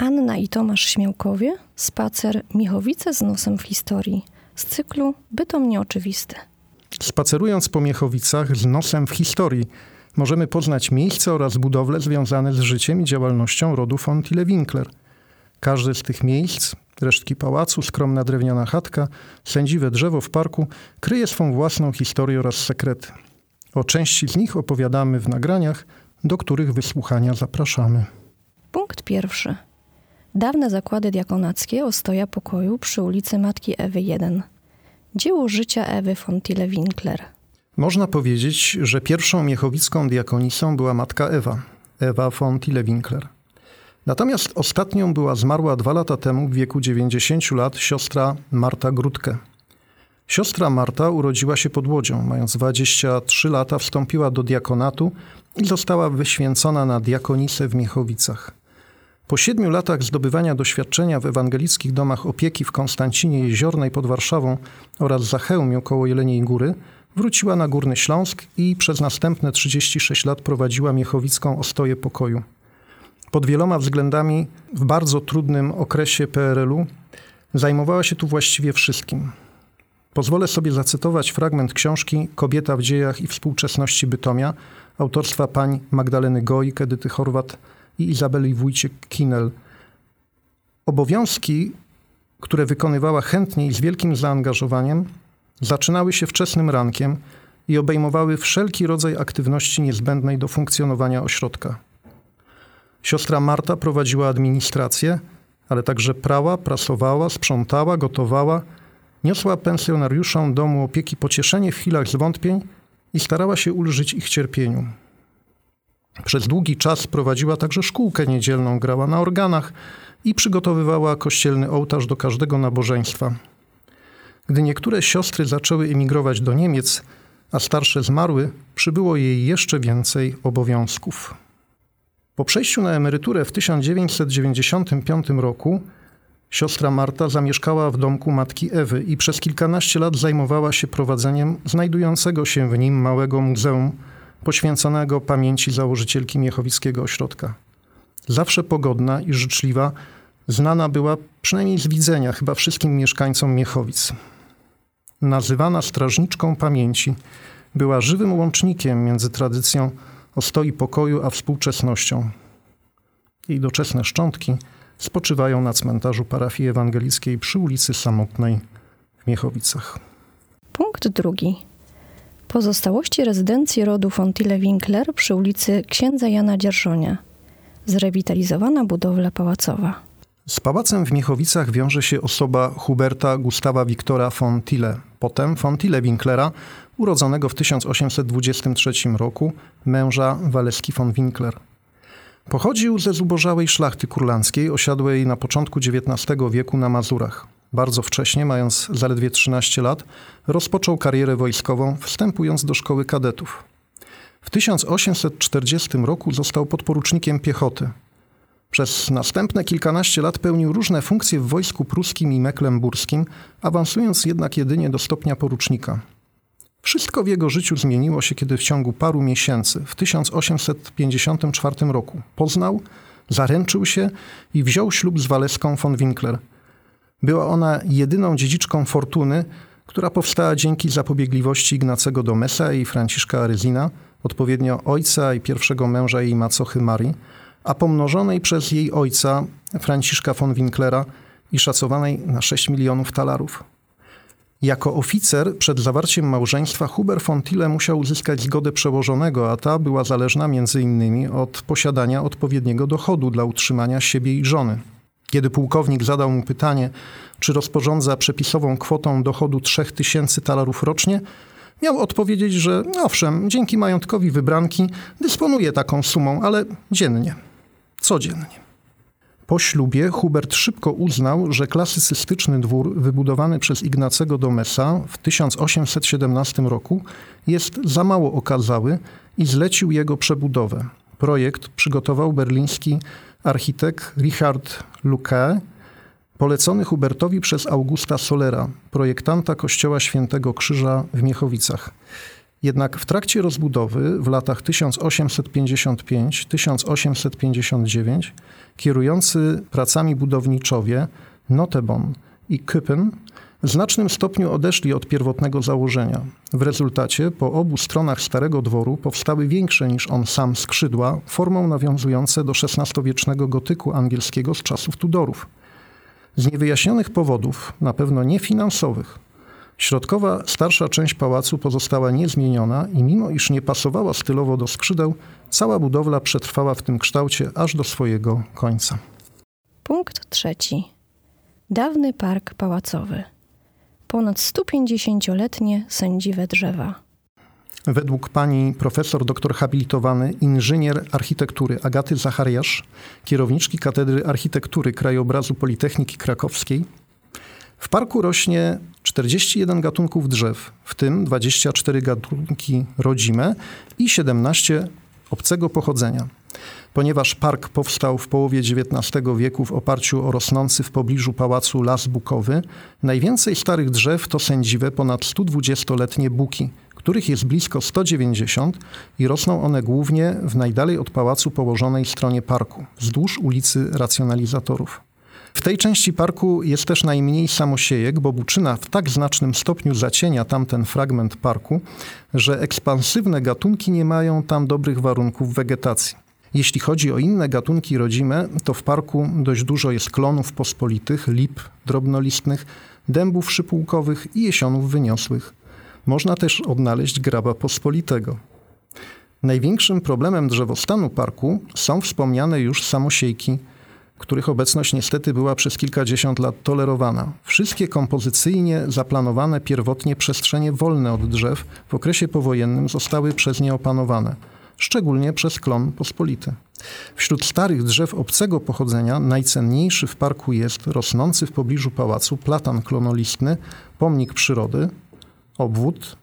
Anna i Tomasz Śmiałkowie, spacer Miechowice z nosem w historii, z cyklu Bytom nieoczywisty. Spacerując po Miechowicach z nosem w historii, możemy poznać miejsca oraz budowle związane z życiem i działalnością rodu von Tille-Winkler. Każde z tych miejsc, resztki pałacu, skromna drewniana chatka, sędziwe drzewo w parku, kryje swą własną historię oraz sekrety. O części z nich opowiadamy w nagraniach, do których wysłuchania zapraszamy. Punkt pierwszy. Dawne zakłady diakonackie Ostoja Pokoju przy ulicy Matki Ewy 1. Dzieło życia Ewy von Tille-Winkler. Można powiedzieć, że pierwszą miechowicką diakonisą była matka Ewa von Tille-Winkler. Natomiast ostatnią zmarła 2 lata temu w wieku 90 lat siostra Marta Grudke. Siostra Marta urodziła się pod Łodzią. Mając 23 lata wstąpiła do diakonatu i została wyświęcona na diakonisę w Miechowicach. Po 7 latach zdobywania doświadczenia w ewangelickich domach opieki w Konstancinie Jeziornej pod Warszawą oraz Zachełmiu koło Jeleniej Góry wróciła na Górny Śląsk i przez następne 36 lat prowadziła miechowicką Ostoję Pokoju. Pod wieloma względami w bardzo trudnym okresie PRL-u zajmowała się tu właściwie wszystkim. Pozwolę sobie zacytować fragment książki Kobieta w dziejach i współczesności Bytomia autorstwa pań Magdaleny Goik, Edyty Horwat i Izabeli Wójcik-Kinel. Obowiązki, które wykonywała chętnie i z wielkim zaangażowaniem, zaczynały się wczesnym rankiem i obejmowały wszelki rodzaj aktywności niezbędnej do funkcjonowania ośrodka. Siostra Marta prowadziła administrację, ale także prała, prasowała, sprzątała, gotowała, niosła pensjonariuszom domu opieki pocieszenie w chwilach zwątpień i starała się ulżyć ich cierpieniu. Przez długi czas prowadziła także szkółkę niedzielną, grała na organach i przygotowywała kościelny ołtarz do każdego nabożeństwa. Gdy niektóre siostry zaczęły emigrować do Niemiec, a starsze zmarły, przybyło jej jeszcze więcej obowiązków. Po przejściu na emeryturę w 1995 roku siostra Marta zamieszkała w domku matki Ewy i przez kilkanaście lat zajmowała się prowadzeniem znajdującego się w nim małego muzeum poświęconego pamięci założycielki miechowickiego ośrodka. Zawsze pogodna i życzliwa, znana była przynajmniej z widzenia chyba wszystkim mieszkańcom Miechowic. Nazywana strażniczką pamięci, była żywym łącznikiem między tradycją Ostoi Pokoju a współczesnością. Jej doczesne szczątki spoczywają na cmentarzu parafii ewangelickiej przy ulicy Samotnej w Miechowicach. Punkt drugi. Pozostałości rezydencji rodu von Tille-Winkler przy ulicy Księdza Jana Dzierżonia. Zrewitalizowana budowla pałacowa. Z pałacem w Miechowicach wiąże się osoba Huberta Gustawa Wiktora von Tille, potem von Tille-Winklera, urodzonego w 1823 roku, męża Waleski von Winkler. Pochodził ze zubożałej szlachty kurlandzkiej, osiadłej na początku XIX wieku na Mazurach. Bardzo wcześnie, mając zaledwie 13 lat, rozpoczął karierę wojskową, wstępując do szkoły kadetów. W 1840 roku został podporucznikiem piechoty. Przez następne kilkanaście lat pełnił różne funkcje w wojsku pruskim i mecklenburskim, awansując jednak jedynie do stopnia porucznika. Wszystko w jego życiu zmieniło się, kiedy w ciągu paru miesięcy, w 1854 roku, poznał, zaręczył się i wziął ślub z Waleską von Winkler. Była ona jedyną dziedziczką fortuny, która powstała dzięki zapobiegliwości Ignacego Domesa i Franciszka Arezina, odpowiednio ojca i pierwszego męża jej macochy Marii, a pomnożonej przez jej ojca Franciszka von Winklera i szacowanej na 6 milionów talarów. Jako oficer przed zawarciem małżeństwa Hubert von Tille musiał uzyskać zgodę przełożonego, a ta była zależna m.in. od posiadania odpowiedniego dochodu dla utrzymania siebie i żony. Kiedy pułkownik zadał mu pytanie, czy rozporządza przepisową kwotą dochodu 3000 talarów rocznie, miał odpowiedzieć, że owszem, dzięki majątkowi wybranki dysponuje taką sumą, ale dziennie, codziennie. Po ślubie Hubert szybko uznał, że klasycystyczny dwór wybudowany przez Ignacego Domesa w 1817 roku jest za mało okazały i zlecił jego przebudowę. Projekt przygotował berliński architekt Richard Luque, polecony Hubertowi przez Augusta Sollera, projektanta kościoła Świętego Krzyża w Miechowicach. Jednak w trakcie rozbudowy w latach 1855-1859 kierujący pracami budowniczowie Nottebohm i Köppen w znacznym stopniu odeszli od pierwotnego założenia. W rezultacie po obu stronach Starego Dworu powstały większe niż on sam skrzydła, formą nawiązujące do XVI-wiecznego gotyku angielskiego z czasów Tudorów. Z niewyjaśnionych powodów, na pewno nie finansowych, środkowa, starsza część pałacu pozostała niezmieniona i mimo iż nie pasowała stylowo do skrzydeł, cała budowla przetrwała w tym kształcie aż do swojego końca. Punkt 3. Dawny park pałacowy. Ponad 150-letnie sędziwe drzewa. Według pani profesor doktor habilitowany inżynier architektury Agaty Zachariasz, kierowniczki Katedry Architektury Krajobrazu Politechniki Krakowskiej, w parku rośnie 41 gatunków drzew, w tym 24 gatunki rodzime i 17 obcego pochodzenia. Ponieważ park powstał w połowie XIX wieku w oparciu o rosnący w pobliżu pałacu las bukowy, najwięcej starych drzew to sędziwe ponad 120-letnie buki, których jest blisko 190 i rosną one głównie w najdalej od pałacu położonej stronie parku, wzdłuż ulicy Racjonalizatorów. W tej części parku jest też najmniej samosiejek, bo buczyna w tak znacznym stopniu zacienia tamten fragment parku, że ekspansywne gatunki nie mają tam dobrych warunków wegetacji. Jeśli chodzi o inne gatunki rodzime, to w parku dość dużo jest klonów pospolitych, lip drobnolistnych, dębów szypułkowych i jesionów wyniosłych. Można też odnaleźć graba pospolitego. Największym problemem drzewostanu parku są wspomniane już samosiejki, których obecność niestety była przez kilkadziesiąt lat tolerowana. Wszystkie kompozycyjnie zaplanowane pierwotnie przestrzenie wolne od drzew w okresie powojennym zostały przez nie opanowane, szczególnie przez klon pospolity. Wśród starych drzew obcego pochodzenia najcenniejszy w parku jest rosnący w pobliżu pałacu platan klonolistny, pomnik przyrody, obwód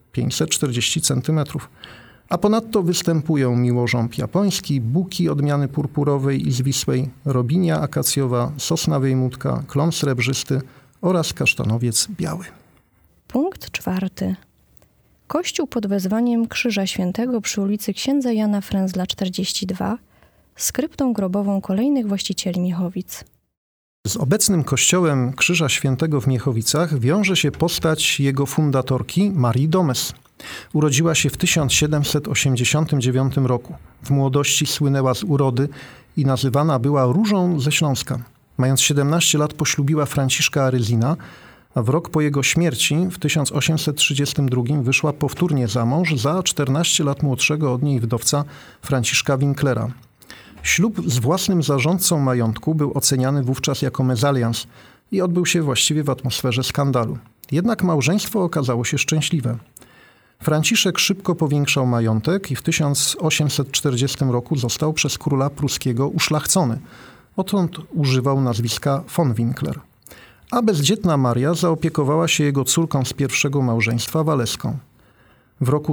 540 cm. A ponadto występują miłożąb japoński, buki odmiany purpurowej i zwisłej, robinia akacjowa, sosna wejmutka, klon srebrzysty oraz kasztanowiec biały. Punkt 4. Kościół pod wezwaniem Krzyża Świętego przy ulicy Księdza Jana Frędzla 42 z kryptą grobową kolejnych właścicieli Miechowic. Z obecnym kościołem Krzyża Świętego w Miechowicach wiąże się postać jego fundatorki Marii Domes. Urodziła się w 1789 roku. W młodości słynęła z urody i nazywana była Różą ze Śląska. Mając 17 lat poślubiła Franciszka Aryzina, a w rok po jego śmierci w 1832 wyszła powtórnie za mąż za 14 lat młodszego od niej wdowca Franciszka Winklera. Ślub z własnym zarządcą majątku był oceniany wówczas jako mezalians i odbył się właściwie w atmosferze skandalu. Jednak małżeństwo okazało się szczęśliwe. Franciszek szybko powiększał majątek i w 1840 roku został przez króla pruskiego uszlachcony. Odtąd używał nazwiska von Winkler. A bezdzietna Maria zaopiekowała się jego córką z pierwszego małżeństwa, Waleską. W roku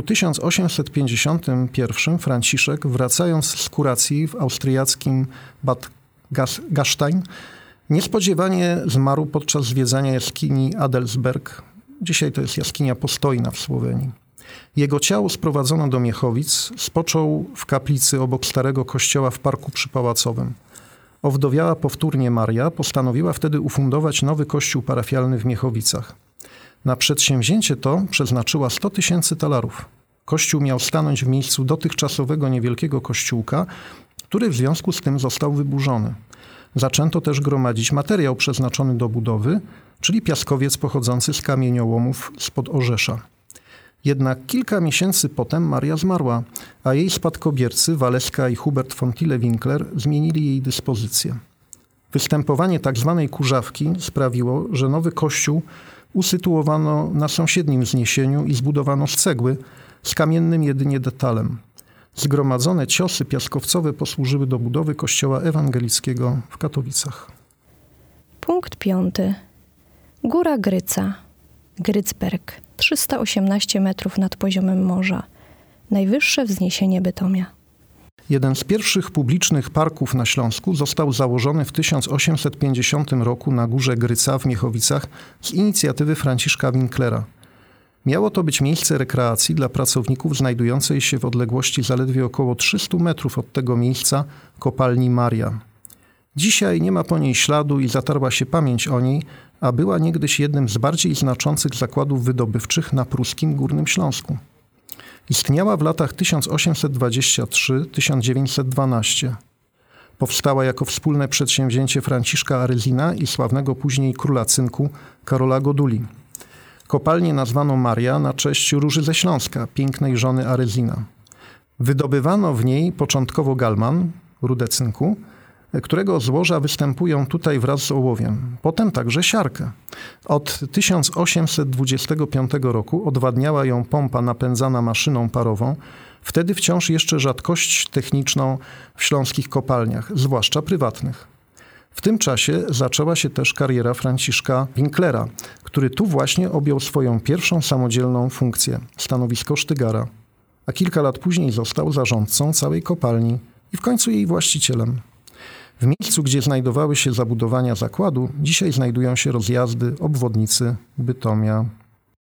1851 Franciszek, wracając z kuracji w austriackim Bad Gastein, niespodziewanie zmarł podczas zwiedzania jaskini Adelsberg. Dzisiaj to jest jaskinia Postojna w Słowenii. Jego ciało sprowadzono do Miechowic, spoczął w kaplicy obok starego kościoła w parku przypałacowym. Owdowiała powtórnie Maria postanowiła wtedy ufundować nowy kościół parafialny w Miechowicach. Na przedsięwzięcie to przeznaczyła 100 000 talarów. Kościół miał stanąć w miejscu dotychczasowego niewielkiego kościółka, który w związku z tym został wyburzony. Zaczęto też gromadzić materiał przeznaczony do budowy, czyli piaskowiec pochodzący z kamieniołomów spod Orzesza. Jednak kilka miesięcy potem Maria zmarła, a jej spadkobiercy Waleska i Hubert von Tille-Winkler zmienili jej dyspozycję. Występowanie tzw. kurzawki sprawiło, że nowy kościół usytuowano na sąsiednim wzniesieniu i zbudowano z cegły, z kamiennym jedynie detalem. Zgromadzone ciosy piaskowcowe posłużyły do budowy kościoła ewangelickiego w Katowicach. Punkt 5. Góra Gryca. Grycberg. 318 metrów nad poziomem morza. Najwyższe wzniesienie Bytomia. Jeden z pierwszych publicznych parków na Śląsku został założony w 1850 roku na Górze Gryca w Miechowicach z inicjatywy Franciszka Winklera. Miało to być miejsce rekreacji dla pracowników znajdującej się w odległości zaledwie około 300 metrów od tego miejsca kopalni Maria. Dzisiaj nie ma po niej śladu i zatarła się pamięć o niej, a była niegdyś jednym z bardziej znaczących zakładów wydobywczych na pruskim Górnym Śląsku. Istniała w latach 1823-1912. Powstała jako wspólne przedsięwzięcie Franciszka Aryzina i sławnego później króla cynku Karola Goduli. Kopalnię nazwano Maria na cześć Róży ze Śląska, pięknej żony Aryzina. Wydobywano w niej początkowo galman, rudę cynku, którego złoża występują tutaj wraz z ołowiem. Potem także siarkę. Od 1825 roku odwadniała ją pompa napędzana maszyną parową, wtedy wciąż jeszcze rzadkość techniczną w śląskich kopalniach, zwłaszcza prywatnych. W tym czasie zaczęła się też kariera Franciszka Winklera, który tu właśnie objął swoją pierwszą samodzielną funkcję, stanowisko sztygara, a kilka lat później został zarządcą całej kopalni i w końcu jej właścicielem. W miejscu, gdzie znajdowały się zabudowania zakładu, dzisiaj znajdują się rozjazdy, obwodnicy Bytomia.